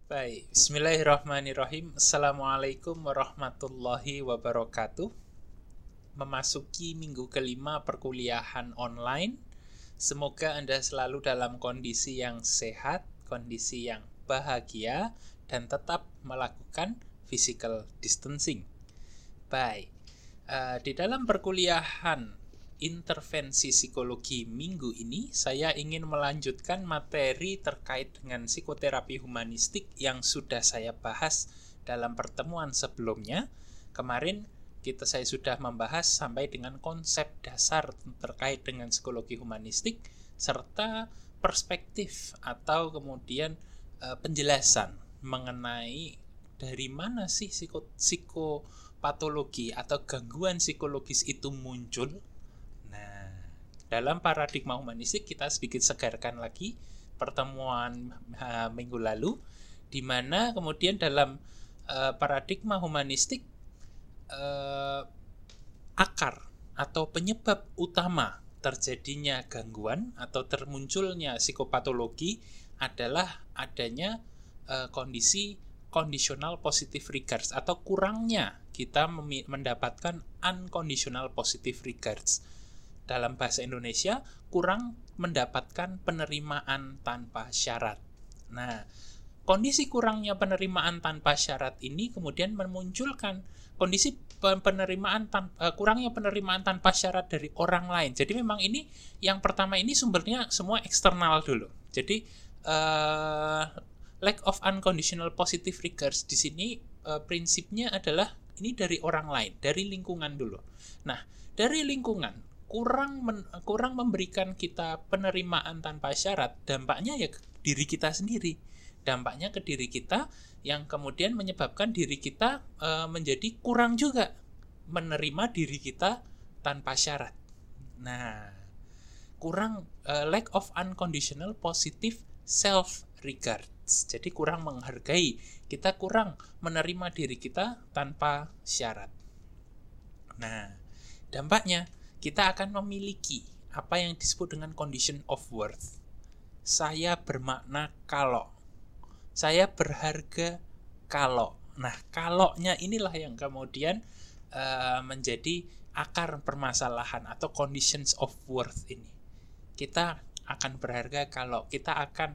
Baik, bismillahirrahmanirrahim. Assalamualaikum warahmatullahi wabarakatuh. Memasuki minggu kelima perkuliahan online. Semoga Anda selalu dalam kondisi yang sehat, kondisi yang bahagia, dan tetap melakukan physical distancing. Baik, di dalam perkuliahan intervensi psikologi minggu ini, saya ingin melanjutkan materi terkait dengan psikoterapi humanistik yang sudah saya bahas dalam pertemuan sebelumnya. Kemarin saya sudah membahas sampai dengan konsep dasar terkait dengan psikologi humanistik serta perspektif atau kemudian penjelasan mengenai dari mana sih psikopatologi atau gangguan psikologis itu muncul. Nah, dalam paradigma humanistik kita sedikit segarkan lagi pertemuan minggu lalu, di mana kemudian dalam paradigma humanistik akar atau penyebab utama terjadinya gangguan atau termunculnya psikopatologi adalah adanya kondisi conditional positive regards atau kurangnya kita mendapatkan unconditional positive regards. Dalam bahasa Indonesia, kurang mendapatkan penerimaan tanpa syarat. Nah, kondisi kurangnya penerimaan tanpa syarat ini kemudian memunculkan kondisi kurangnya penerimaan tanpa syarat dari orang lain. Jadi memang ini yang pertama ini sumbernya semua eksternal dulu. Jadi lack of unconditional positive regards di sini prinsipnya adalah ini dari orang lain, dari lingkungan dulu. Nah, dari lingkungan kurang memberikan kita penerimaan tanpa syarat, dampaknya ya ke diri kita sendiri. Dampaknya ke diri kita yang kemudian menyebabkan diri kita menjadi kurang juga menerima diri kita tanpa syarat. Nah, kurang lack of unconditional positive self regards. Jadi kurang menghargai, kita kurang menerima diri kita tanpa syarat. Nah, dampaknya kita akan memiliki apa yang disebut dengan condition of worth. Saya bermakna kalau, saya berharga kalau. Nah, kaloknya inilah yang kemudian menjadi akar permasalahan atau conditions of worth ini. Kita akan berharga kalau, kita akan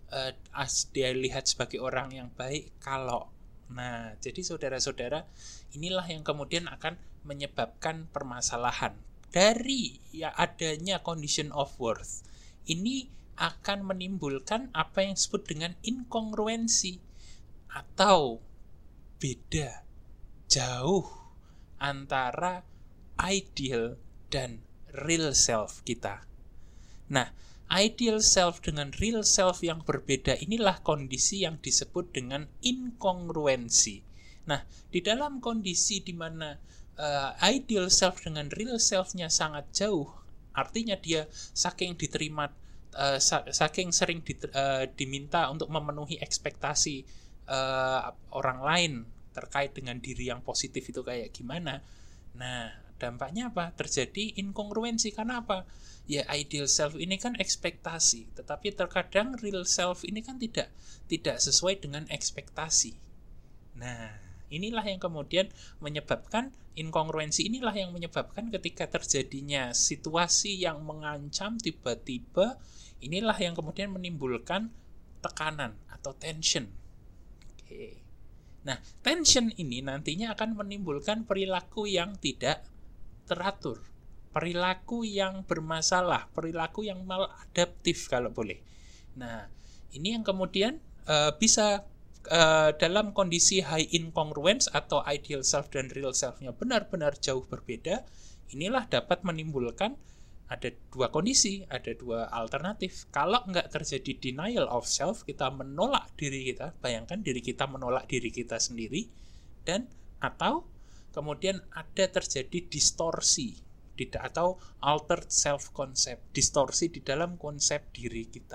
dilihat sebagai orang yang baik kalau. Nah, jadi saudara-saudara, inilah yang kemudian akan menyebabkan permasalahan. Dari ya adanya condition of worth ini akan menimbulkan apa yang disebut dengan inkongruensi atau beda jauh antara ideal dan real self kita. Nah, ideal self dengan real self yang berbeda inilah kondisi yang disebut dengan inkongruensi. Nah, di dalam kondisi di mana ideal self dengan real self-nya sangat jauh, artinya dia saking diterima, saking sering diminta untuk memenuhi ekspektasi orang lain terkait dengan diri yang positif itu kayak gimana. Nah, dampaknya apa? Terjadi inkongruensi. Karena apa? Ya, ideal self ini kan ekspektasi, tetapi terkadang real self ini kan tidak sesuai dengan ekspektasi. Nah, inilah yang kemudian menyebabkan inkongruensi, inilah yang menyebabkan ketika terjadinya situasi yang mengancam tiba-tiba, inilah yang kemudian menimbulkan tekanan atau tension. Oke. Nah, tension ini nantinya akan menimbulkan perilaku yang tidak teratur, perilaku yang bermasalah, perilaku yang maladaptif kalau boleh. Nah, ini yang kemudian bisa dalam kondisi high incongruence atau ideal self dan real self-nya benar-benar jauh berbeda, inilah dapat menimbulkan ada dua kondisi, ada dua alternatif. Kalau nggak terjadi denial of self, kita menolak diri kita, bayangkan diri kita menolak diri kita sendiri, dan atau kemudian ada terjadi distorsi atau altered self concept, distorsi di dalam konsep diri kita.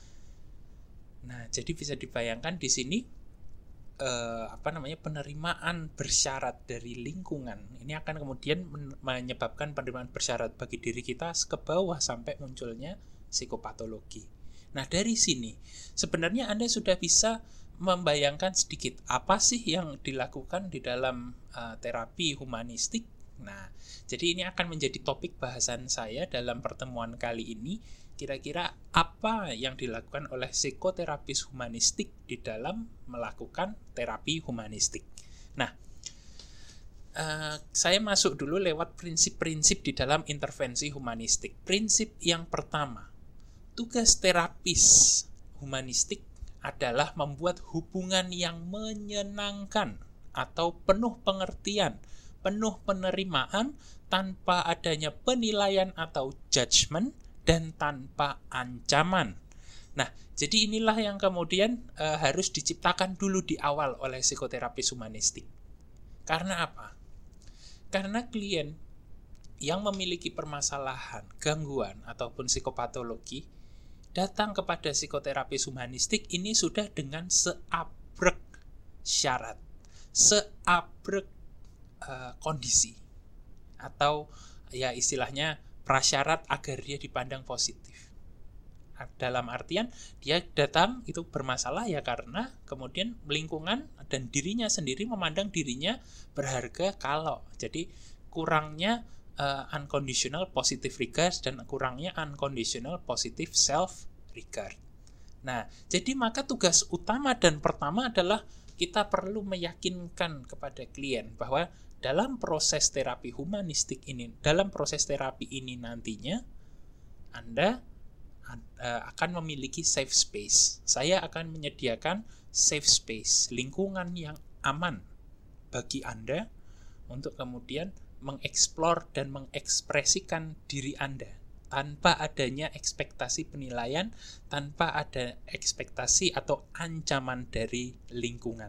Nah, jadi bisa dibayangkan di sini penerimaan bersyarat dari lingkungan ini akan kemudian menyebabkan penerimaan bersyarat bagi diri kita ke bawah sampai munculnya psikopatologi. Nah, dari sini sebenarnya Anda sudah bisa membayangkan sedikit apa sih yang dilakukan di dalam terapi humanistik. Nah, jadi ini akan menjadi topik bahasan saya dalam pertemuan kali ini. Kira-kira apa yang dilakukan oleh psikoterapis humanistik di dalam melakukan terapi humanistik. Nah, saya masuk dulu lewat prinsip-prinsip di dalam intervensi humanistik. Prinsip yang pertama, tugas terapis humanistik adalah membuat hubungan yang menyenangkan atau penuh pengertian, penuh penerimaan, tanpa adanya penilaian atau judgement, dan tanpa ancaman. Nah, jadi inilah yang kemudian harus diciptakan dulu di awal oleh psikoterapis humanistik. Karena apa? Karena klien yang memiliki permasalahan, gangguan, ataupun psikopatologi datang kepada psikoterapis humanistik ini sudah dengan seabrek syarat, seabrek kondisi, atau ya istilahnya prasyarat agar dia dipandang positif. Dalam artian dia datang itu bermasalah ya karena kemudian lingkungan dan dirinya sendiri memandang dirinya berharga kalau. Jadi kurangnya unconditional positive regard dan kurangnya unconditional positive self regard. Nah, jadi maka tugas utama dan pertama adalah kita perlu meyakinkan kepada klien bahwa dalam proses terapi humanistik ini, dalam proses terapi ini nantinya Anda akan memiliki safe space. Saya akan menyediakan safe space, lingkungan yang aman bagi Anda untuk kemudian mengeksplor dan mengekspresikan diri Anda tanpa adanya ekspektasi penilaian, tanpa ada ekspektasi atau ancaman dari lingkungan.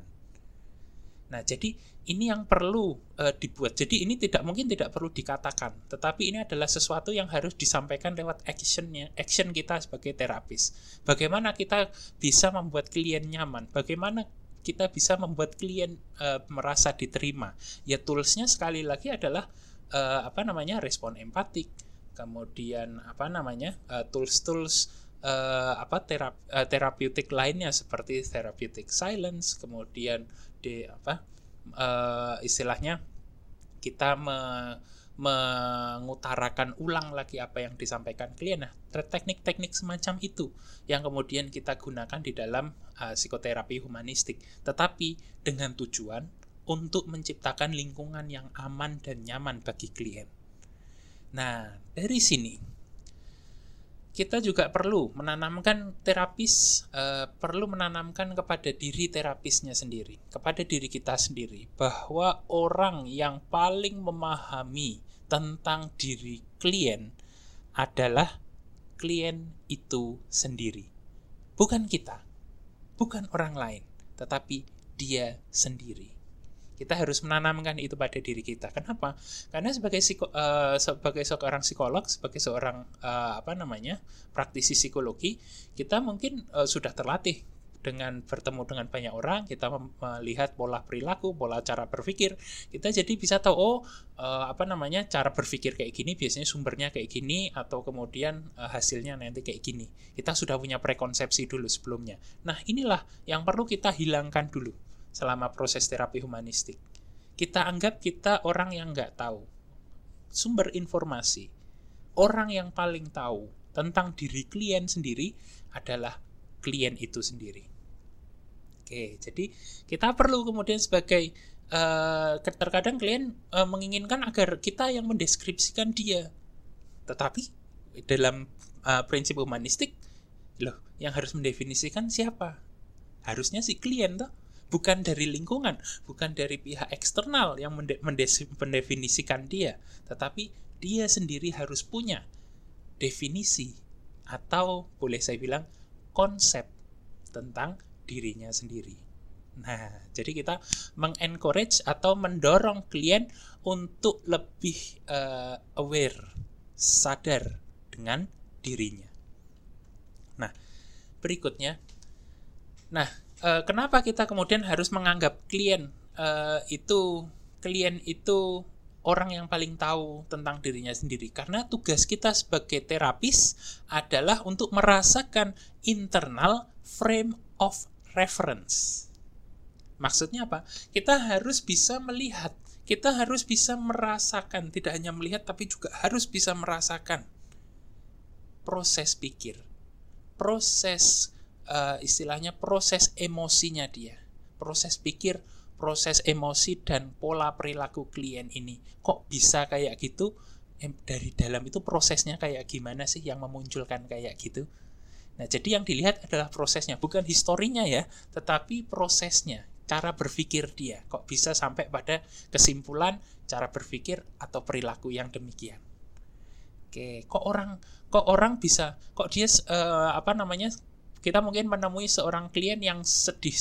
Nah, jadi ini yang perlu dibuat. Jadi ini mungkin tidak perlu dikatakan, tetapi ini adalah sesuatu yang harus disampaikan lewat action kita sebagai terapis. Bagaimana kita bisa membuat klien nyaman? Bagaimana kita bisa membuat klien merasa diterima? Ya toolsnya sekali lagi adalah respon empatik, kemudian tools terapeutik lainnya seperti therapeutic silence, kemudian istilahnya kita mengutarakan ulang lagi apa yang disampaikan klien. Nah, teknik-teknik semacam itu yang kemudian kita gunakan di dalam psikoterapi humanistik, tetapi dengan tujuan untuk menciptakan lingkungan yang aman dan nyaman bagi klien. Nah, dari sini kita juga perlu menanamkan perlu menanamkan kepada diri terapisnya sendiri, kepada diri kita sendiri, bahwa orang yang paling memahami tentang diri klien adalah klien itu sendiri. Bukan kita, bukan orang lain, tetapi dia sendiri. Kita harus menanamkan itu pada diri kita. Kenapa? Karena sebagai seorang psikolog, sebagai seorang praktisi psikologi, kita mungkin sudah terlatih dengan bertemu dengan banyak orang, kita melihat pola perilaku, pola cara berpikir, kita jadi bisa tahu cara berpikir kayak gini biasanya sumbernya kayak gini, atau kemudian hasilnya nanti kayak gini. Kita sudah punya prekonsepsi dulu sebelumnya. Nah, inilah yang perlu kita hilangkan dulu selama proses terapi humanistik. Kita anggap kita orang yang nggak tahu sumber informasi. Orang yang paling tahu tentang diri klien sendiri adalah klien itu sendiri. Oke, jadi kita perlu kemudian sebagai terkadang klien menginginkan agar kita yang mendeskripsikan dia. Tetapi dalam prinsip humanistik, yang harus mendefinisikan siapa? Harusnya si klien toh. Bukan dari lingkungan, bukan dari pihak eksternal yang mendefinisikan dia, tetapi dia sendiri harus punya definisi atau boleh saya bilang konsep tentang dirinya sendiri. Nah, jadi kita mengencourage atau mendorong klien untuk lebih aware, sadar dengan dirinya. Nah, berikutnya, kenapa kita kemudian harus menganggap klien itu orang yang paling tahu tentang dirinya sendiri? Karena tugas kita sebagai terapis adalah untuk merasakan internal frame of reference. Maksudnya apa? Kita harus bisa melihat, kita harus bisa merasakan, tidak hanya melihat tapi juga harus bisa merasakan proses pikir, proses istilahnya proses emosinya dia, proses pikir, proses emosi dan pola perilaku klien ini. Kok bisa kayak gitu? Dari dalam itu prosesnya kayak gimana sih yang memunculkan kayak gitu? Nah, jadi yang dilihat adalah prosesnya, bukan historinya ya, tetapi prosesnya, cara berpikir dia. Kok bisa sampai pada kesimpulan cara berpikir atau perilaku yang demikian? Oke, kok orang bisa, kok dia kita mungkin menemui seorang klien yang sedih,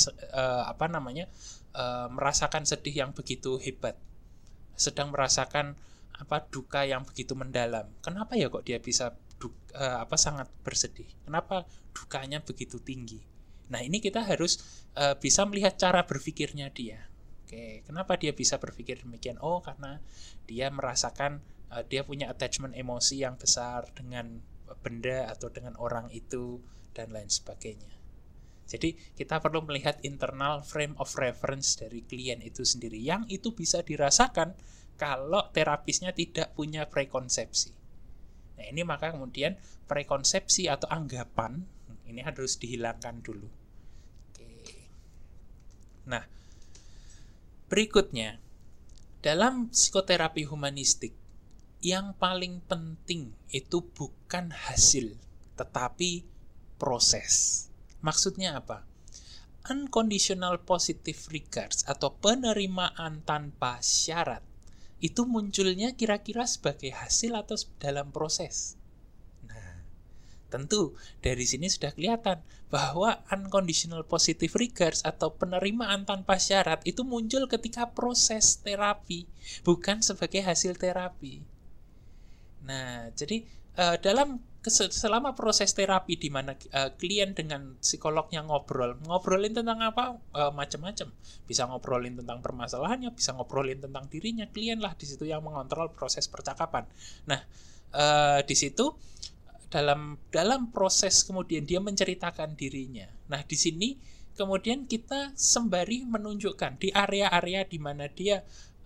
merasakan sedih yang begitu hebat, sedang merasakan duka yang begitu mendalam. Kenapa ya kok dia bisa sangat bersedih? Kenapa dukanya begitu tinggi? Nah, ini kita harus bisa melihat cara berpikirnya dia. Oke, kenapa dia bisa berpikir demikian? Oh, karena dia merasakan dia punya attachment emosi yang besar dengan benda atau dengan orang itu dan lain sebagainya. Jadi kita perlu melihat internal frame of reference dari klien itu sendiri, yang itu bisa dirasakan kalau terapisnya tidak punya prekonsepsi. Nah, ini maka kemudian prekonsepsi atau anggapan ini harus dihilangkan dulu. Oke. Nah, berikutnya, dalam psikoterapi humanistik, yang paling penting itu bukan hasil, tetapi proses. Maksudnya apa? Unconditional positive regards atau penerimaan tanpa syarat itu munculnya kira-kira sebagai hasil atau dalam proses. Nah, tentu dari sini sudah kelihatan bahwa unconditional positive regards atau penerimaan tanpa syarat itu muncul ketika proses terapi, bukan sebagai hasil terapi. Nah, jadi selama proses terapi di mana klien dengan psikolognya ngobrolin tentang apa, macam-macam, bisa ngobrolin tentang permasalahannya, bisa ngobrolin tentang dirinya, klien lah di situ yang mengontrol proses percakapan. Nah, di situ dalam proses kemudian dia menceritakan dirinya. Nah, di sini kemudian kita sembari menunjukkan di area-area di mana dia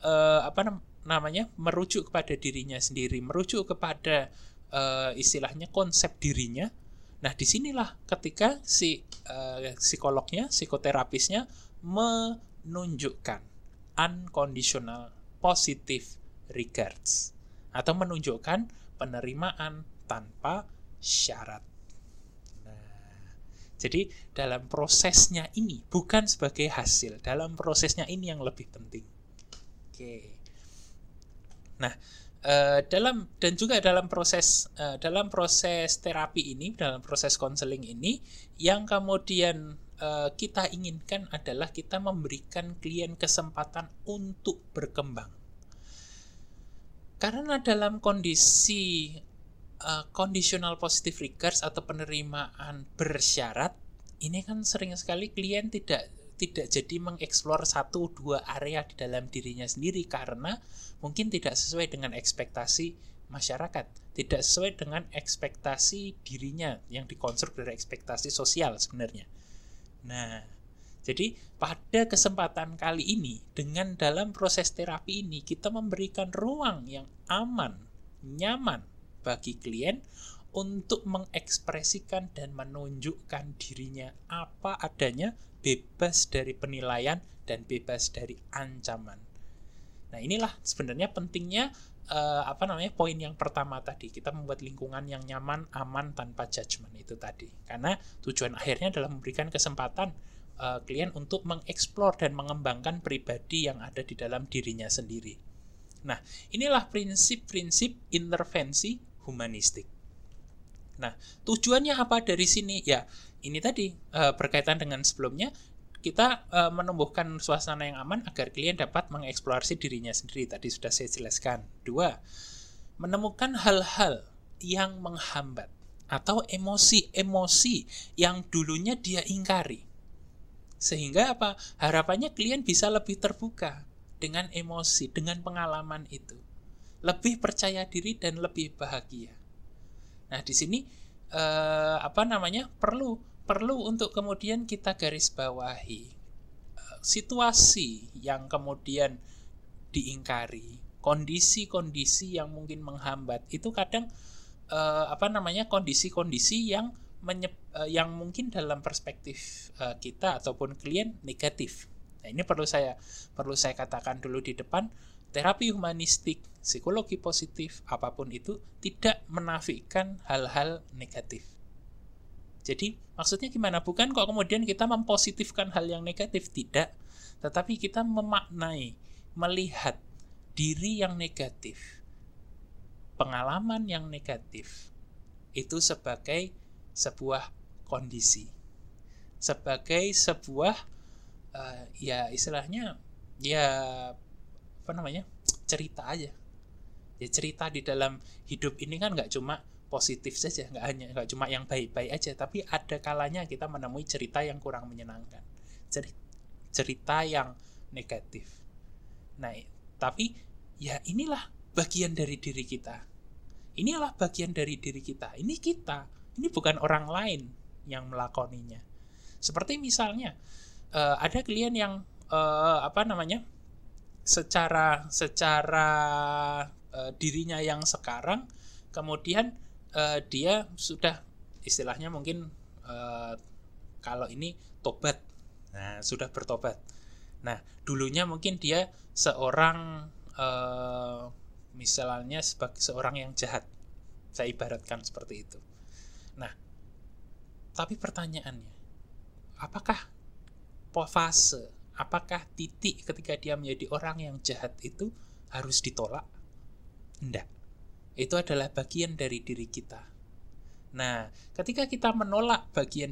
merujuk kepada dirinya sendiri, merujuk kepada istilahnya konsep dirinya. Nah, disinilah ketika si psikolognya, psikoterapisnya menunjukkan unconditional positive regards atau menunjukkan penerimaan tanpa syarat. Nah, jadi dalam prosesnya ini bukan sebagai hasil, dalam prosesnya ini yang lebih penting. Oke. Nah, dalam proses terapi ini, dalam proses konseling ini, yang kemudian kita inginkan adalah kita memberikan klien kesempatan untuk berkembang. Karena dalam kondisi conditional positive regards atau penerimaan bersyarat, ini kan sering sekali klien tidak jadi mengeksplor 1-2 area di dalam dirinya sendiri karena mungkin tidak sesuai dengan ekspektasi masyarakat, tidak sesuai dengan ekspektasi dirinya yang dikonstruk dari ekspektasi sosial sebenarnya. Nah, jadi pada kesempatan kali ini, dengan dalam proses terapi ini, kita memberikan ruang yang aman, nyaman bagi klien untuk mengekspresikan dan menunjukkan dirinya apa adanya, bebas dari penilaian dan bebas dari ancaman. Nah, inilah sebenarnya pentingnya poin yang pertama tadi, kita membuat lingkungan yang nyaman, aman, tanpa judgement itu tadi. Karena tujuan akhirnya adalah memberikan kesempatan klien untuk mengeksplor dan mengembangkan pribadi yang ada di dalam dirinya sendiri. Nah, inilah prinsip-prinsip intervensi humanistik. Nah, tujuannya apa dari sini? Ya, ini tadi berkaitan dengan sebelumnya, kita menumbuhkan suasana yang aman agar klien dapat mengeksplorasi dirinya sendiri. Tadi sudah saya jelaskan. 2, menemukan hal-hal yang menghambat atau emosi-emosi yang dulunya dia ingkari. Sehingga apa? Harapannya klien bisa lebih terbuka dengan emosi, dengan pengalaman itu. Lebih percaya diri dan lebih bahagia. Nah, di sini perlu perlu untuk kemudian kita garis bawahi situasi yang kemudian diingkari, kondisi-kondisi yang mungkin menghambat itu kadang kondisi-kondisi yang mungkin dalam perspektif kita ataupun klien negatif. Nah, ini perlu saya katakan dulu di depan, terapi humanistik, psikologi positif, apapun itu tidak menafikan hal-hal negatif. Jadi maksudnya gimana? Bukan kok kemudian kita mempositifkan hal yang negatif, tidak. Tetapi kita memaknai, melihat diri yang negatif, pengalaman yang negatif, itu sebagai sebuah kondisi. Sebagai sebuah istilahnya cerita aja. Ya cerita di dalam hidup ini kan nggak cuma positif saja, nggak cuma yang baik-baik aja, tapi ada kalanya kita menemui cerita yang kurang menyenangkan, cerita yang negatif. Nah, tapi ya inilah bagian dari diri kita. Inilah bagian dari diri kita. Ini kita. Ini bukan orang lain yang melakoninya. Seperti misalnya ada klien yang secara dirinya yang sekarang, kemudian dia sudah istilahnya mungkin kalau ini tobat. Nah, sudah bertobat. Nah, dulunya mungkin dia seorang misalnya sebagai seorang yang jahat. Saya ibaratkan seperti itu. Nah, tapi pertanyaannya, apakah fase, apakah titik ketika dia menjadi orang yang jahat itu harus ditolak? Enggak. Itu adalah bagian dari diri kita. Nah, ketika kita menolak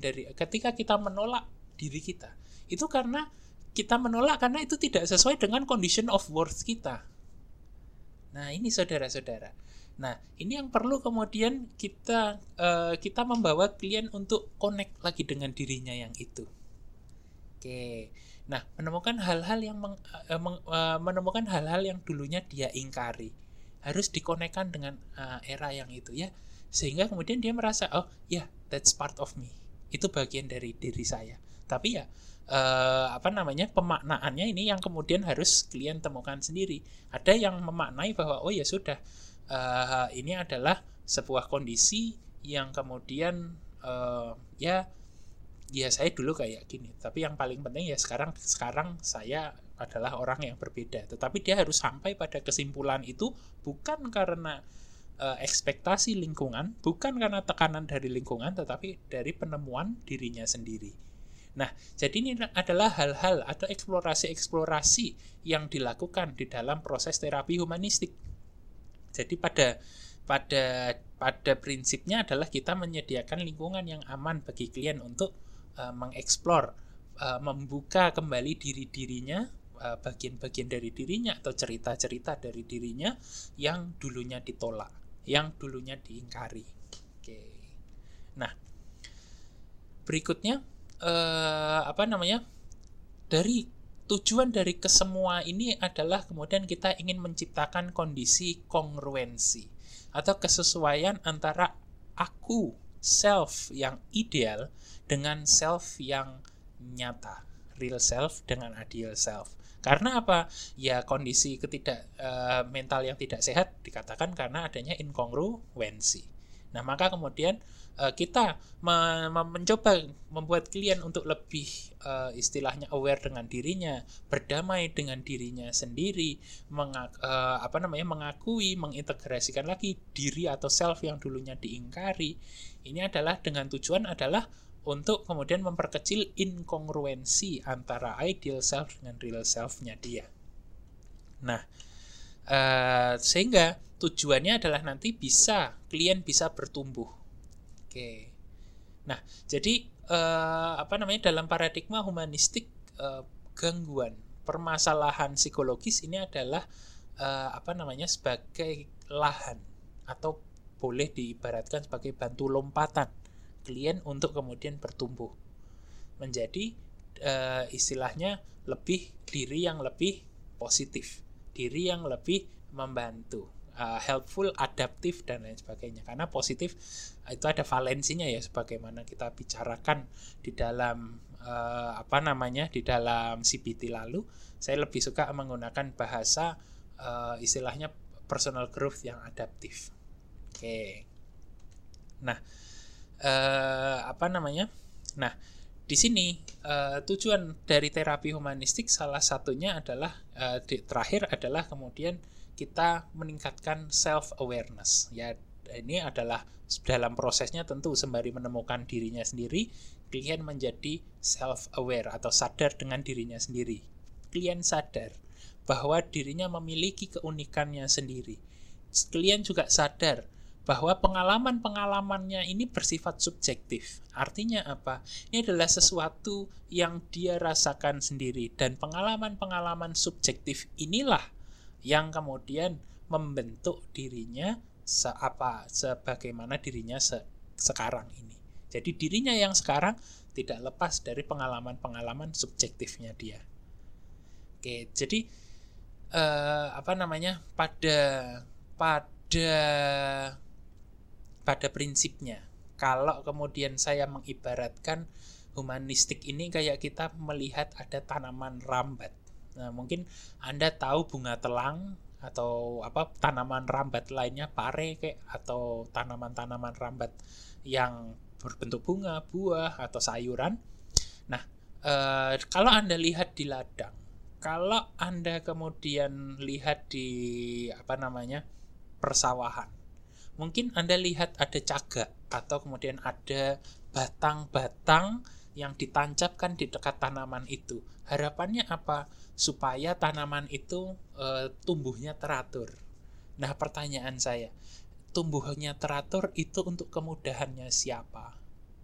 diri kita, itu karena kita menolak karena itu tidak sesuai dengan condition of worth kita. Nah, ini saudara-saudara. Nah, ini yang perlu kemudian kita membawa klien untuk connect lagi dengan dirinya yang itu. Oke. Nah, menemukan hal-hal yang dulunya dia ingkari, harus dikonekkan dengan era yang itu ya, sehingga kemudian dia merasa that's part of me, itu bagian dari diri saya. Tapi ya pemaknaannya ini yang kemudian harus klien temukan sendiri. Ada yang memaknai bahwa ya sudah, ini adalah sebuah kondisi yang kemudian saya dulu kayak gini, tapi yang paling penting ya sekarang saya adalah orang yang berbeda. Tetapi dia harus sampai pada kesimpulan itu bukan karena ekspektasi lingkungan, bukan karena tekanan dari lingkungan, tetapi dari penemuan dirinya sendiri. Nah, jadi ini adalah hal-hal atau eksplorasi yang dilakukan di dalam proses terapi humanistik. Jadi pada prinsipnya adalah kita menyediakan lingkungan yang aman bagi klien untuk mengeksplor, membuka kembali dirinya, bagian-bagian dari dirinya atau cerita-cerita dari dirinya yang dulunya ditolak, yang dulunya diingkari. Oke. Nah, berikutnya dari tujuan dari kesemua ini adalah kemudian kita ingin menciptakan kondisi kongruensi atau kesesuaian antara aku, self yang ideal dengan self yang nyata, real self dengan ideal self. Karena apa? Ya kondisi mental yang tidak sehat dikatakan karena adanya inkongruensi. Nah, maka kemudian kita mencoba membuat klien untuk lebih istilahnya aware dengan dirinya, berdamai dengan dirinya sendiri, mengakui, mengintegrasikan lagi diri atau self yang dulunya diingkari. Ini adalah dengan tujuan adalah untuk kemudian memperkecil inkongruensi antara ideal self dengan real self-nya dia. Nah, sehingga tujuannya adalah nanti klien bisa bertumbuh. Oke. Nah, jadi dalam paradigma humanistik, gangguan, permasalahan psikologis ini adalah sebagai lahan atau boleh diibaratkan sebagai batu lompatan klien untuk kemudian bertumbuh menjadi istilahnya diri yang lebih positif, diri yang lebih membantu, helpful, adaptif, dan lain sebagainya. Karena positif itu ada valensinya ya, sebagaimana kita bicarakan di dalam di dalam CBT lalu. Saya lebih suka menggunakan bahasa istilahnya personal growth yang adaptif. Oke. Nah, Nah, di sini tujuan dari terapi humanistik salah satunya adalah terakhir adalah kemudian kita meningkatkan self awareness. Ya, ini adalah dalam prosesnya tentu sembari menemukan dirinya sendiri, klien menjadi self aware atau sadar dengan dirinya sendiri. Klien sadar bahwa dirinya memiliki keunikannya sendiri. Klien juga sadar bahwa pengalaman-pengalamannya ini bersifat subjektif. Artinya apa? Ini adalah sesuatu yang dia rasakan sendiri, dan pengalaman-pengalaman subjektif inilah yang kemudian membentuk dirinya sebagaimana dirinya sekarang ini. Jadi dirinya yang sekarang tidak lepas dari pengalaman-pengalaman subjektifnya dia. Oke, jadi pada prinsipnya, kalau kemudian saya mengibaratkan humanistik ini kayak kita melihat ada tanaman rambat. Nah, mungkin Anda tahu bunga telang atau tanaman rambat lainnya, pare atau tanaman-tanaman rambat yang berbentuk bunga, buah atau sayuran. Nah, kalau Anda lihat di ladang, kalau Anda kemudian lihat di persawahan, mungkin Anda lihat ada cagak atau kemudian ada batang-batang yang ditancapkan di dekat tanaman itu. Harapannya apa? Supaya tanaman itu tumbuhnya teratur. Nah, pertanyaan saya, tumbuhnya teratur itu untuk kemudahannya siapa?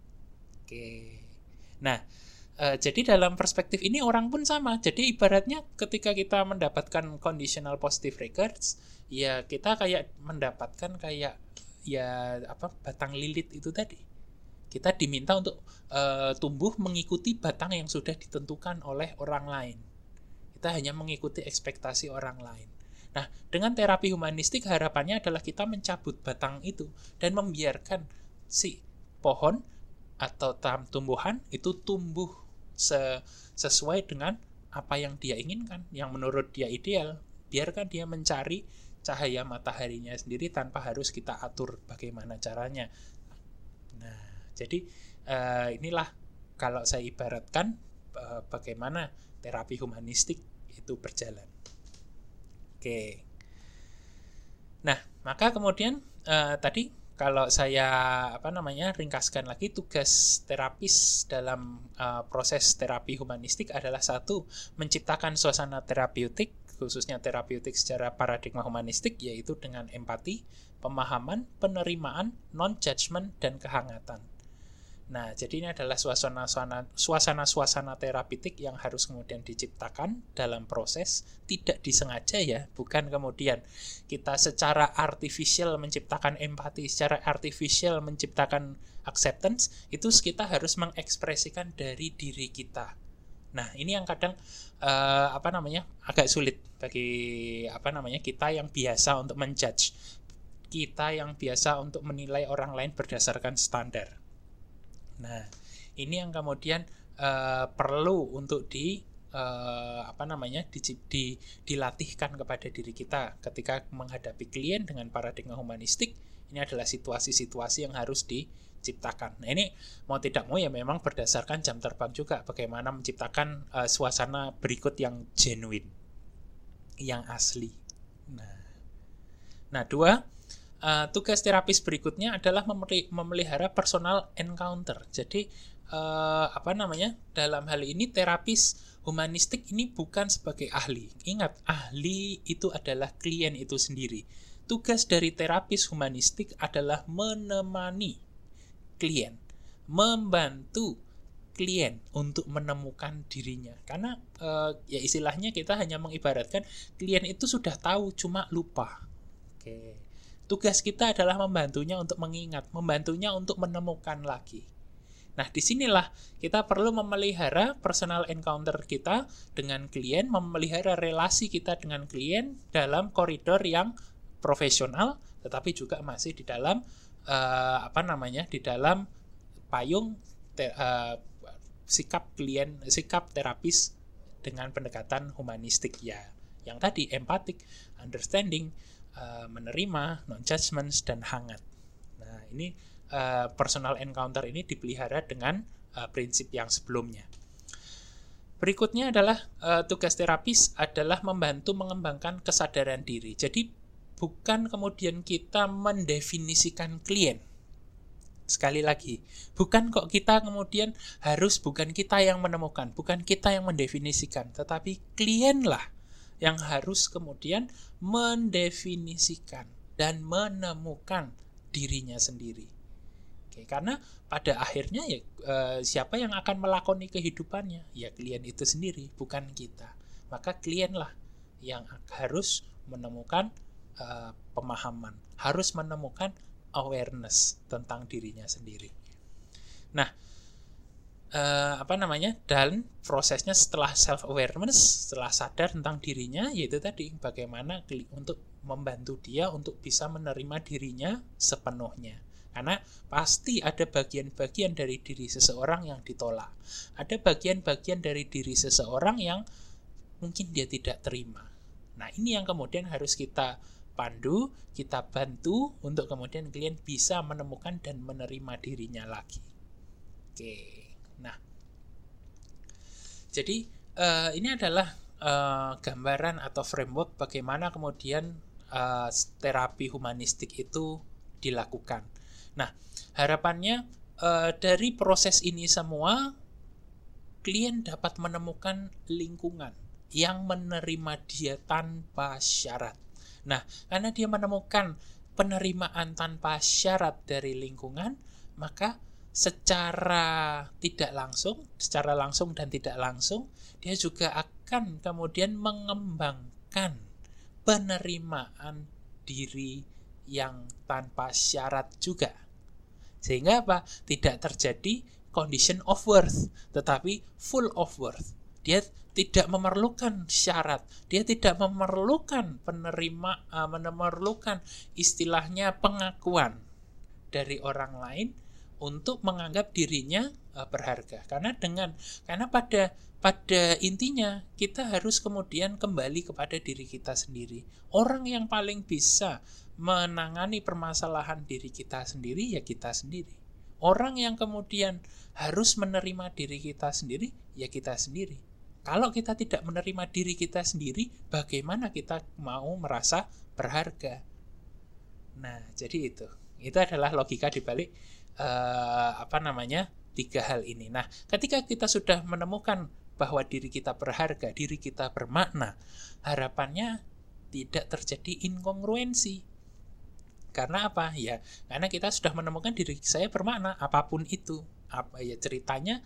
Oke. Nah, jadi dalam perspektif ini orang pun sama. Jadi ibaratnya ketika kita mendapatkan conditional positive regards, ya kita kayak mendapatkan batang lilit itu tadi. Kita diminta untuk tumbuh mengikuti batang yang sudah ditentukan oleh orang lain. Kita hanya mengikuti ekspektasi orang lain. Nah, dengan terapi humanistik harapannya adalah kita mencabut batang itu dan membiarkan si pohon atau tumbuhan itu tumbuh sesuai dengan apa yang dia inginkan, yang menurut dia ideal. Biarkan dia mencari cahaya mataharinya sendiri tanpa harus kita atur bagaimana caranya. Nah, jadi inilah kalau saya ibaratkan bagaimana terapi humanistik itu berjalan. Oke. Nah, maka kemudian tadi kalau saya ringkaskan lagi, tugas terapis dalam proses terapi humanistik adalah satu, menciptakan suasana terapeutik, khususnya terapeutik secara paradigma humanistik, yaitu dengan empati, pemahaman, penerimaan, non-judgment, dan kehangatan. Nah, jadi ini adalah suasana-suasana terapeutik yang harus kemudian diciptakan dalam proses, tidak disengaja ya, bukan kemudian kita secara artificial menciptakan empati, secara artificial menciptakan acceptance, itu kita harus mengekspresikan dari diri kita. Nah, ini yang kadang agak sulit bagi kita yang biasa untuk menjudge, kita yang biasa untuk menilai orang lain berdasarkan standar. Nah, ini yang kemudian perlu untuk dilatihkan kepada diri kita ketika menghadapi klien dengan paradigma humanistik. Ini adalah situasi-situasi yang harus diciptakan. Nah, ini mau tidak mau ya memang berdasarkan jam terbang juga, bagaimana menciptakan suasana berikut yang genuine, yang asli. Nah, tugas terapis berikutnya adalah memelihara personal encounter. Jadi dalam hal ini terapis humanistik ini bukan sebagai ahli. Ingat, ahli itu adalah klien itu sendiri. Tugas dari terapis humanistik adalah menemani klien, membantu klien untuk menemukan dirinya. Karena ya istilahnya kita hanya mengibaratkan klien itu sudah tahu cuma lupa. Oke. Tugas kita adalah membantunya untuk mengingat, membantunya untuk menemukan lagi. Nah, disinilah kita perlu memelihara personal encounter kita dengan klien, memelihara relasi kita dengan klien dalam koridor yang profesional, tetapi juga masih di dalam di dalam payung sikap terapis dengan pendekatan humanistik ya. Yang tadi empatik, understanding, menerima, non-judgment, dan hangat. Nah, ini personal encounter ini dipelihara dengan prinsip yang sebelumnya. Berikutnya adalah tugas terapis adalah membantu mengembangkan kesadaran diri. Jadi bukan kemudian kita mendefinisikan klien. Sekali lagi, bukan kok kita kemudian bukan kita yang menemukan, bukan kita yang mendefinisikan, tetapi klienlah yang harus kemudian mendefinisikan dan menemukan dirinya sendiri. Oke, karena pada akhirnya ya siapa yang akan melakoni kehidupannya? Ya klien itu sendiri, bukan kita. Maka klienlah yang harus menemukan pemahaman, harus menemukan awareness tentang dirinya sendiri. Nah, dan prosesnya setelah self awareness, setelah sadar tentang dirinya, yaitu tadi bagaimana untuk membantu dia untuk bisa menerima dirinya sepenuhnya. Karena pasti ada bagian-bagian dari diri seseorang yang ditolak. Ada bagian-bagian dari diri seseorang yang mungkin dia tidak terima. Nah, ini yang kemudian harus kita pandu, kita bantu untuk kemudian klien bisa menemukan dan menerima dirinya lagi. Oke, nah, jadi ini adalah gambaran atau framework bagaimana kemudian terapi humanistik itu dilakukan. Nah, harapannya dari proses ini semua, klien dapat menemukan lingkungan yang menerima dia tanpa syarat. Nah, karena dia menemukan penerimaan tanpa syarat dari lingkungan, maka secara langsung dan tidak langsung, dia juga akan kemudian mengembangkan penerimaan diri yang tanpa syarat juga. Sehingga apa? Tidak terjadi condition of worth, tetapi full of worth. Dia tidak memerlukan syarat, dia tidak memerlukan memerlukan istilahnya pengakuan dari orang lain untuk menganggap dirinya berharga. Karena pada intinya kita harus kemudian kembali kepada diri kita sendiri. Orang yang paling bisa menangani permasalahan diri kita sendiri ya kita sendiri. Orang yang kemudian harus menerima diri kita sendiri ya kita sendiri. Kalau kita tidak menerima diri kita sendiri, bagaimana kita mau merasa berharga? Nah, jadi itu adalah logika dibalik tiga hal ini. Nah, ketika kita sudah menemukan bahwa diri kita berharga, diri kita bermakna, harapannya tidak terjadi inkongruensi. Karena apa? Ya, karena kita sudah menemukan diri saya bermakna, apapun itu. Ceritanya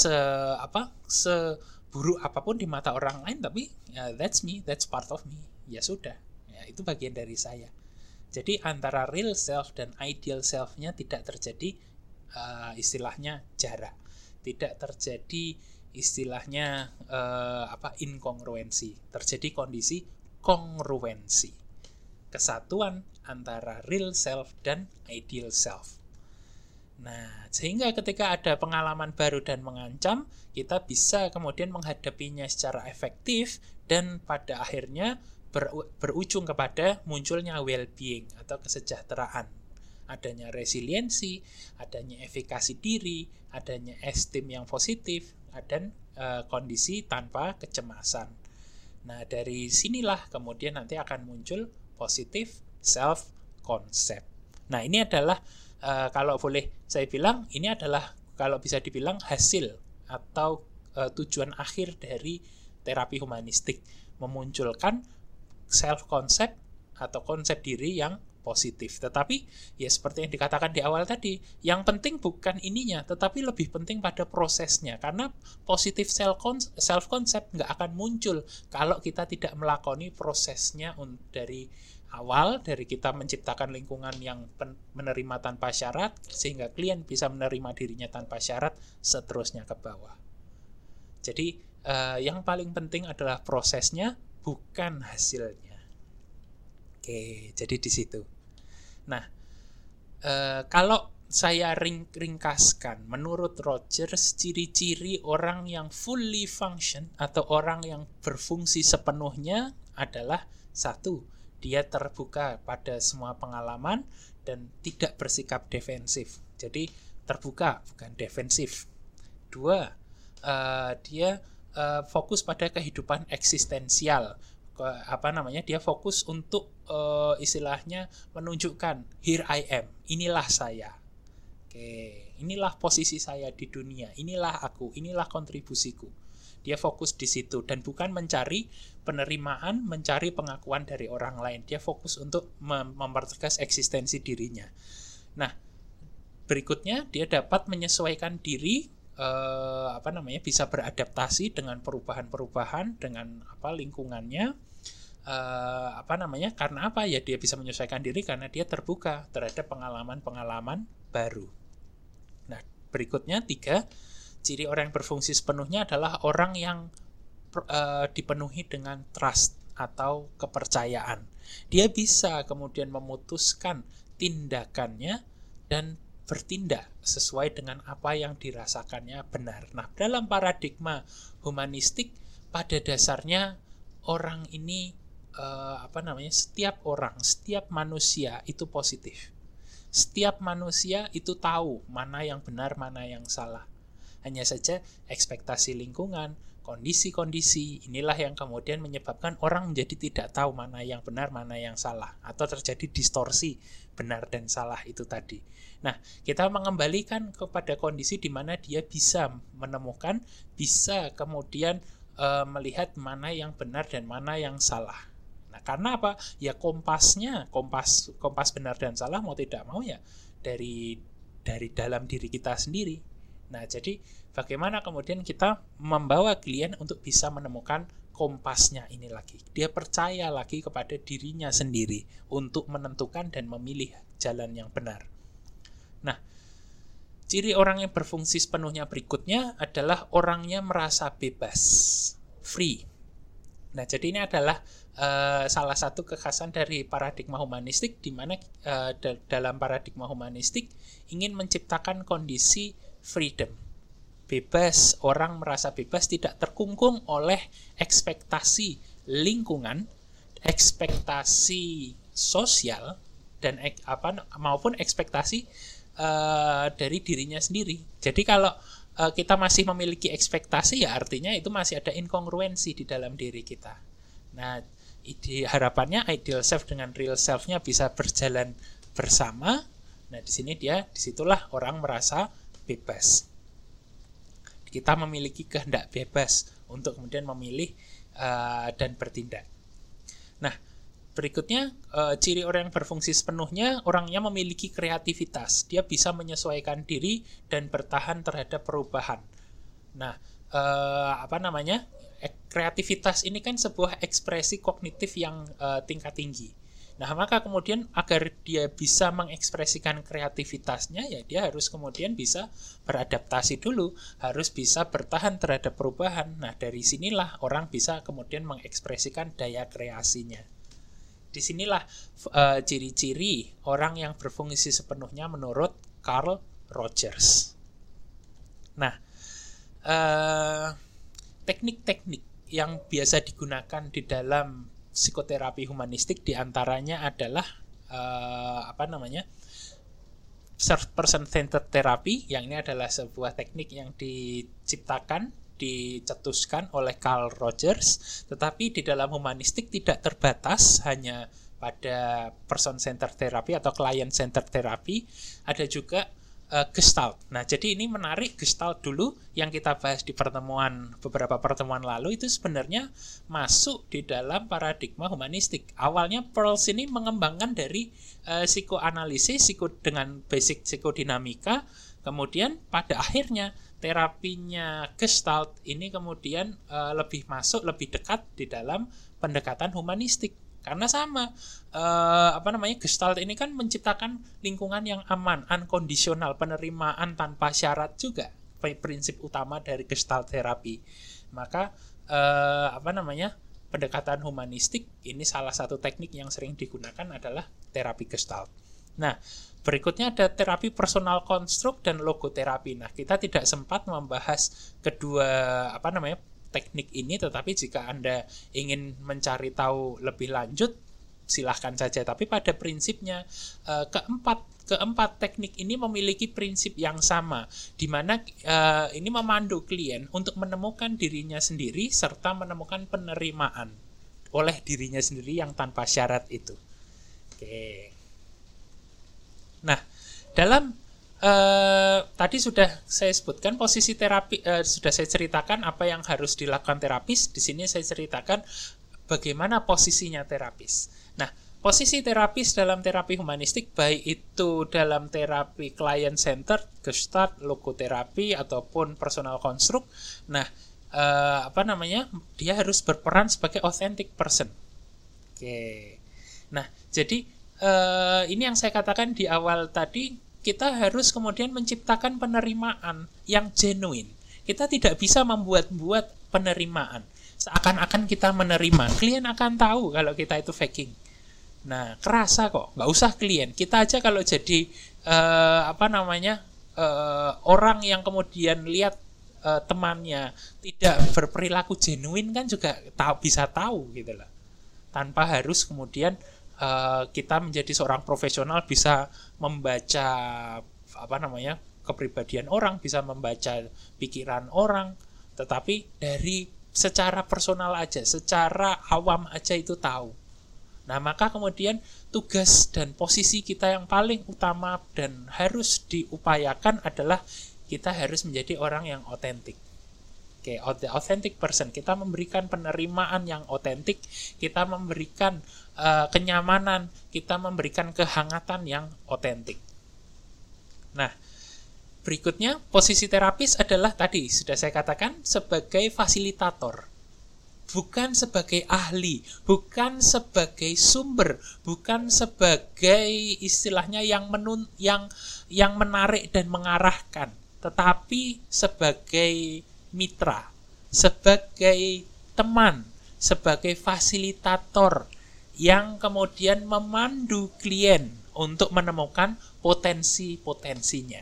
seburuk apapun di mata orang lain, tapi that's me, that's part of me. Ya sudah, ya itu bagian dari saya. Jadi antara real self dan ideal self-nya tidak terjadi istilahnya jarak, tidak terjadi istilahnya inkongruensi, terjadi kondisi kongruensi, kesatuan antara real self dan ideal self. Nah, sehingga ketika ada pengalaman baru dan mengancam, kita bisa kemudian menghadapinya secara efektif dan pada akhirnya berujung kepada munculnya well-being atau kesejahteraan. Adanya resiliensi, adanya efikasi diri, adanya esteem yang positif, dan kondisi tanpa kecemasan. Nah, dari sinilah kemudian nanti akan muncul positive self-concept. Nah, ini adalah kalau boleh saya bilang, ini adalah kalau bisa dibilang hasil atau tujuan akhir dari terapi humanistik, memunculkan self-concept atau konsep diri yang positif. Tetapi ya seperti yang dikatakan di awal tadi, yang penting bukan ininya, tetapi lebih penting pada prosesnya. Karena positif self-concept nggak akan muncul kalau kita tidak melakoni prosesnya dari awal, dari kita menciptakan lingkungan yang menerima tanpa syarat, sehingga klien bisa menerima dirinya tanpa syarat, seterusnya ke bawah. Jadi yang paling penting adalah prosesnya, bukan hasilnya. Oke, jadi di situ. Nah, kalau saya ringkaskan, menurut Rogers, ciri-ciri orang yang fully function atau orang yang berfungsi sepenuhnya adalah satu, dia terbuka pada semua pengalaman dan tidak bersikap defensif. Jadi terbuka, bukan defensif. Dua, dia fokus pada kehidupan eksistensial. Dia fokus untuk istilahnya menunjukkan here I am, inilah saya. Oke, inilah posisi saya di dunia, inilah aku, inilah kontribusiku. Dia fokus di situ dan bukan mencari penerimaan, mencari pengakuan dari orang lain. Dia fokus untuk mempertegas eksistensi dirinya. Nah, berikutnya dia dapat menyesuaikan diri, bisa beradaptasi dengan perubahan-perubahan dengan lingkungannya. Karena apa ya, dia bisa menyesuaikan diri karena dia terbuka terhadap pengalaman-pengalaman baru. Nah, berikutnya 3, ciri orang yang berfungsi sepenuhnya adalah orang yang dipenuhi dengan trust atau kepercayaan. Dia bisa kemudian memutuskan tindakannya dan bertindak sesuai dengan apa yang dirasakannya benar. Nah, dalam paradigma humanistik pada dasarnya orang ini setiap orang, setiap manusia itu positif. Setiap manusia itu tahu mana yang benar, mana yang salah. Hanya saja ekspektasi lingkungan, kondisi-kondisi inilah yang kemudian menyebabkan orang menjadi tidak tahu mana yang benar, mana yang salah, atau terjadi distorsi benar dan salah itu tadi. Nah, kita mengembalikan kepada kondisi di mana dia bisa menemukan, bisa kemudian melihat mana yang benar dan mana yang salah. Nah, karena apa? Ya kompas benar dan salah mau tidak mau ya dari dalam diri kita sendiri. Nah, jadi bagaimana kemudian kita membawa klien untuk bisa menemukan kompasnya ini lagi. Dia percaya lagi kepada dirinya sendiri untuk menentukan dan memilih jalan yang benar. Nah, ciri orang yang berfungsi sepenuhnya berikutnya adalah orangnya merasa bebas, free. Nah, jadi ini adalah salah satu kekhasan dari paradigma humanistik, di mana dalam paradigma humanistik ingin menciptakan kondisi freedom, bebas. Orang merasa bebas, tidak terkungkung oleh ekspektasi lingkungan, ekspektasi sosial, dan maupun ekspektasi dari dirinya sendiri. Jadi kalau kita masih memiliki ekspektasi, ya artinya itu masih ada inkongruensi di dalam diri kita. Nah, harapannya ideal self dengan real self-nya bisa berjalan bersama. Nah, disitulah orang merasa bebas. Kita memiliki kehendak bebas untuk kemudian memilih dan bertindak. Nah, berikutnya, ciri orang yang berfungsi sepenuhnya, orangnya memiliki kreativitas. Dia bisa menyesuaikan diri dan bertahan terhadap perubahan. Nah, kreativitas ini kan sebuah ekspresi kognitif yang tingkat tinggi. Nah, maka kemudian agar dia bisa mengekspresikan kreativitasnya, ya dia harus kemudian bisa beradaptasi dulu, harus bisa bertahan terhadap perubahan. Nah, dari sinilah orang bisa kemudian mengekspresikan daya kreasinya. Disinilah ciri-ciri orang yang berfungsi sepenuhnya menurut Carl Rogers. Nah, teknik-teknik yang biasa digunakan di dalam psikoterapi humanistik diantaranya adalah person-centered therapy, yang ini adalah sebuah teknik yang dicetuskan oleh Carl Rogers, tetapi di dalam humanistik tidak terbatas hanya pada person-centered therapy atau client-centered therapy, ada juga Gestalt. Nah, jadi ini menarik, Gestalt dulu yang kita bahas di beberapa pertemuan lalu itu sebenarnya masuk di dalam paradigma humanistik. Awalnya Pearls ini mengembangkan dari psikoanalisis dengan basic psikodinamika, kemudian pada akhirnya terapinya Gestalt ini kemudian lebih dekat di dalam pendekatan humanistik. Karena sama, Gestalt ini kan menciptakan lingkungan yang aman, unconditional, penerimaan tanpa syarat juga, prinsip utama dari Gestalt terapi. Maka pendekatan humanistik, ini salah satu teknik yang sering digunakan adalah terapi Gestalt. Nah, berikutnya ada terapi personal konstruk dan logoterapi. Nah, kita tidak sempat membahas kedua teknik ini, tetapi jika Anda ingin mencari tahu lebih lanjut, silahkan saja. Tapi pada prinsipnya keempat teknik ini memiliki prinsip yang sama, di mana ini memandu klien untuk menemukan dirinya sendiri serta menemukan penerimaan oleh dirinya sendiri yang tanpa syarat itu. Oke. Nah, dalam tadi sudah saya sebutkan posisi terapi, sudah saya ceritakan apa yang harus dilakukan terapis. Di sini saya ceritakan bagaimana posisinya terapis. Nah, posisi terapis dalam terapi humanistik, baik itu dalam terapi client centered, Gestalt, logoterapi ataupun personal construct. Nah, dia harus berperan sebagai authentic person. Oke. Nah, jadi ini yang saya katakan di awal tadi, kita harus kemudian menciptakan penerimaan yang genuine. Kita tidak bisa membuat-buat penerimaan. Seakan-akan kita menerima. Klien akan tahu kalau kita itu faking. Nah, kerasa kok. Nggak usah klien. Kita aja kalau jadi orang yang kemudian lihat temannya tidak berperilaku genuine kan juga bisa tahu gitu lah. Tanpa harus kemudian kita menjadi seorang profesional bisa membaca kepribadian orang, bisa membaca pikiran orang, tetapi dari secara personal aja, secara awam aja itu tahu. Nah, maka kemudian tugas dan posisi kita yang paling utama dan harus diupayakan adalah kita harus menjadi orang yang otentik. Oke, the authentic person. Kita memberikan penerimaan yang otentik, kita memberikan kenyamanan, kita memberikan kehangatan yang otentik. Nah, berikutnya posisi terapis adalah tadi sudah saya katakan sebagai fasilitator, bukan sebagai ahli, bukan sebagai sumber, bukan sebagai istilahnya yang menarik dan mengarahkan, tetapi sebagai mitra, sebagai teman, sebagai fasilitator yang kemudian memandu klien untuk menemukan potensi-potensinya.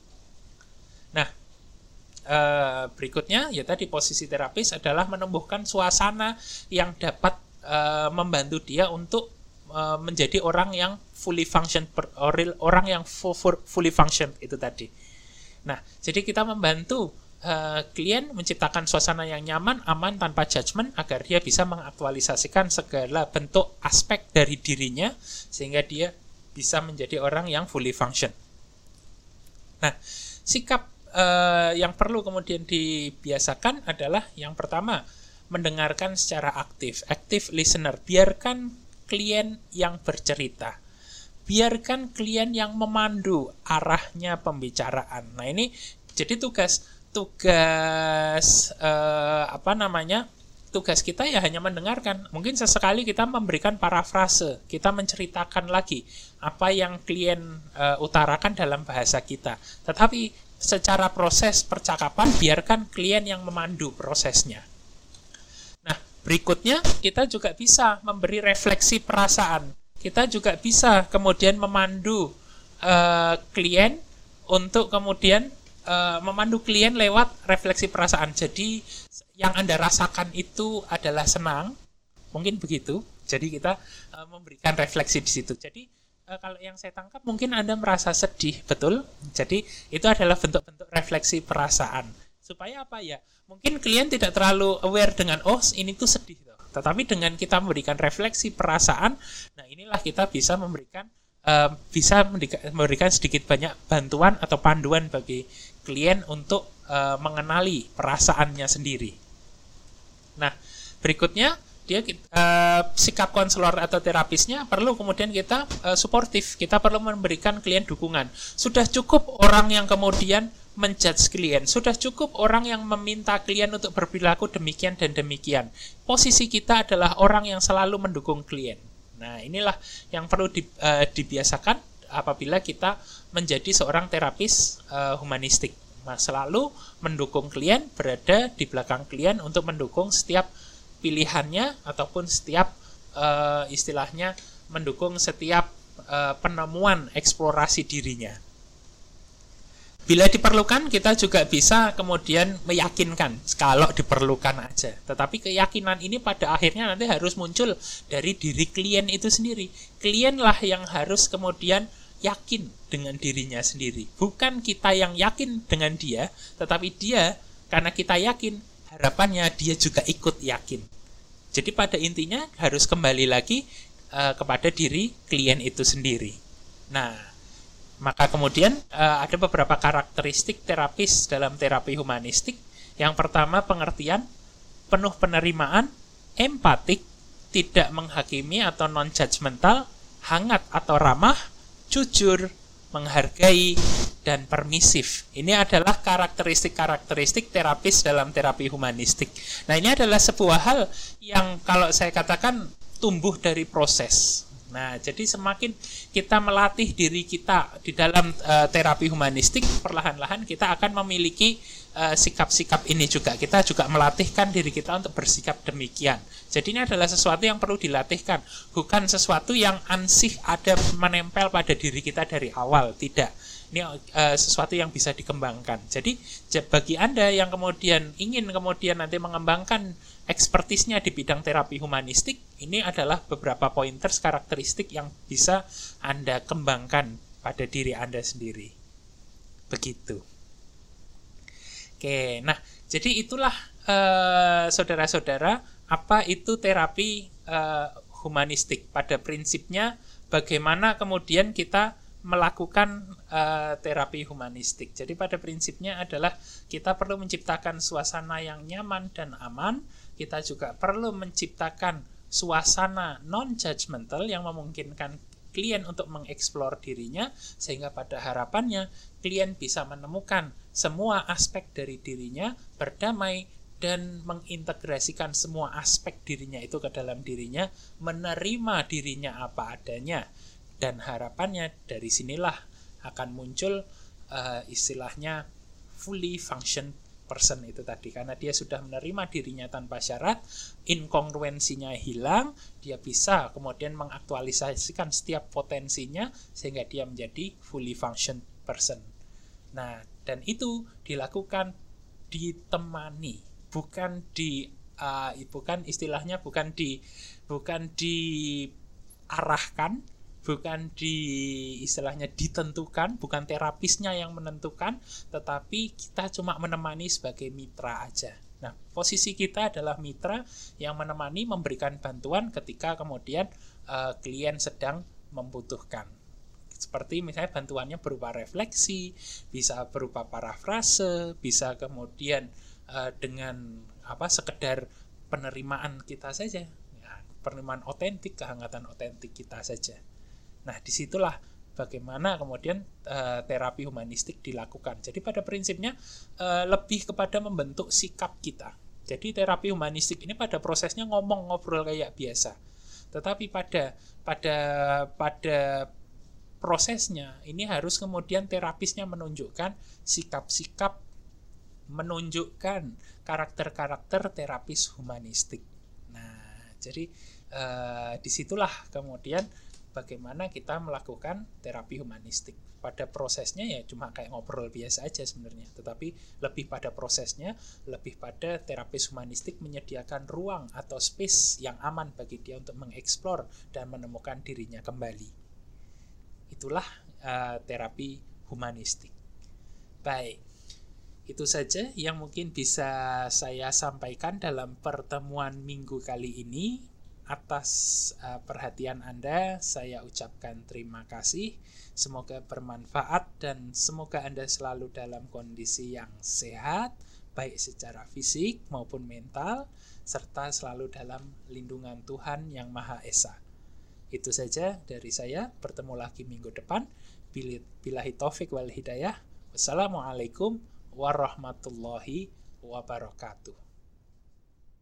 Nah, berikutnya ya tadi posisi terapis adalah menumbuhkan suasana yang dapat membantu dia untuk menjadi orang yang fully function, orang yang fully function itu tadi. Nah, jadi kita membantu klien menciptakan suasana yang nyaman, aman, tanpa judgement agar dia bisa mengaktualisasikan segala bentuk aspek dari dirinya sehingga dia bisa menjadi orang yang fully function. Nah, sikap yang perlu kemudian dibiasakan adalah yang pertama, mendengarkan secara aktif, active listener. Biarkan klien yang bercerita. Biarkan klien yang memandu arahnya pembicaraan. Nah, ini jadi tugas kita ya hanya mendengarkan. Mungkin sesekali kita memberikan parafrase, kita menceritakan lagi apa yang klien utarakan dalam bahasa kita. Tetapi secara proses percakapan biarkan klien yang memandu prosesnya. Nah, berikutnya kita juga bisa memberi refleksi perasaan. Kita juga bisa kemudian memandu klien untuk kemudian memandu klien lewat refleksi perasaan. Jadi yang Anda rasakan itu adalah senang, mungkin begitu. Jadi kita memberikan refleksi di situ. Jadi kalau yang saya tangkap mungkin Anda merasa sedih, betul? Jadi itu adalah bentuk-bentuk refleksi perasaan. Supaya apa ya? Mungkin klien tidak terlalu aware dengan ini tuh sedih. Tetapi dengan kita memberikan refleksi perasaan, nah inilah kita bisa memberikan sedikit banyak bantuan atau panduan bagi klien untuk mengenali perasaannya sendiri. Nah, berikutnya sikap konselor atau terapisnya perlu kemudian kita suportif. Kita perlu memberikan klien dukungan. Sudah cukup orang yang kemudian menjudge klien. Sudah cukup orang yang meminta klien untuk berperilaku demikian dan demikian. Posisi kita adalah orang yang selalu mendukung klien. Nah, inilah yang perlu dibiasakan apabila kita menjadi seorang terapis humanistik. Nah, selalu mendukung klien, berada di belakang klien untuk mendukung setiap pilihannya ataupun setiap istilahnya mendukung setiap penemuan eksplorasi dirinya. Bila diperlukan, kita juga bisa kemudian meyakinkan kalau diperlukan aja. Tetapi keyakinan ini pada akhirnya nanti harus muncul dari diri klien itu sendiri. Klienlah yang harus kemudian yakin dengan dirinya sendiri. Bukan kita yang yakin dengan dia, tetapi dia, karena kita yakin, harapannya dia juga ikut yakin. Jadi pada intinya harus kembali lagi kepada diri klien itu sendiri. Nah, maka kemudian ada beberapa karakteristik terapis dalam terapi humanistik. Yang pertama, pengertian, penuh penerimaan, empatik, tidak menghakimi atau non-judgmental, hangat atau ramah, jujur, menghargai, dan permisif. Ini adalah karakteristik-karakteristik terapis dalam terapi humanistik. Nah, ini adalah sebuah hal yang kalau saya katakan tumbuh dari proses. Nah, jadi semakin kita melatih diri kita di dalam terapi humanistik, perlahan-lahan kita akan memiliki sikap-sikap ini juga. Kita juga melatihkan diri kita untuk bersikap demikian. Jadi ini adalah sesuatu yang perlu dilatihkan, bukan sesuatu yang ansih ada menempel pada diri kita dari awal, tidak. Ini sesuatu yang bisa dikembangkan. Jadi bagi Anda yang kemudian ingin kemudian nanti mengembangkan ekspertisnya di bidang terapi humanistik, ini adalah beberapa pointers karakteristik yang bisa Anda kembangkan pada diri Anda sendiri. Begitu. Oke, nah jadi itulah saudara-saudara, apa itu terapi humanistik. Pada prinsipnya bagaimana kemudian kita melakukan terapi humanistik. Jadi pada prinsipnya adalah kita perlu menciptakan suasana yang nyaman dan aman. Kita juga perlu menciptakan suasana non-judgmental yang memungkinkan klien untuk mengeksplor dirinya, sehingga pada harapannya klien bisa menemukan semua aspek dari dirinya, berdamai, dan mengintegrasikan semua aspek dirinya itu ke dalam dirinya, menerima dirinya apa adanya. Dan harapannya dari sinilah akan muncul istilahnya fully function person itu tadi, karena dia sudah menerima dirinya tanpa syarat, inkongruensinya hilang, dia bisa kemudian mengaktualisasikan setiap potensinya sehingga dia menjadi fully function person. Nah, dan itu dilakukan ditemani, bukan diarahkan, bukan istilahnya ditentukan, bukan terapisnya yang menentukan, tetapi kita cuma menemani sebagai mitra aja. Nah, posisi kita adalah mitra yang menemani, memberikan bantuan ketika kemudian klien sedang membutuhkan. Seperti misalnya bantuannya berupa refleksi, bisa berupa parafrase, bisa kemudian dengan sekedar penerimaan kita saja, ya, penerimaan otentik, kehangatan otentik kita saja. Nah, disitulah bagaimana kemudian terapi humanistik dilakukan. Jadi pada prinsipnya lebih kepada membentuk sikap kita. Jadi terapi humanistik ini pada prosesnya ngobrol kayak biasa. Tetapi pada prosesnya ini harus kemudian terapisnya menunjukkan sikap-sikap, menunjukkan karakter-karakter terapis humanistik. Nah, jadi disitulah kemudian bagaimana kita melakukan terapi humanistik. Pada prosesnya ya cuma kayak ngobrol biasa aja sebenarnya, tetapi lebih pada prosesnya, lebih pada terapis humanistik menyediakan ruang atau space yang aman bagi dia untuk mengeksplor dan menemukan dirinya kembali. Itulah terapi humanistik. Baik, itu saja yang mungkin bisa saya sampaikan dalam pertemuan minggu kali ini. Atas perhatian Anda, saya ucapkan terima kasih. Semoga bermanfaat dan semoga Anda selalu dalam kondisi yang sehat, baik secara fisik maupun mental, serta selalu dalam lindungan Tuhan Yang Maha Esa. Itu saja dari saya. Bertemu lagi minggu depan. Billahi taufik wal hidayah. Wassalamualaikum warahmatullahi wabarakatuh.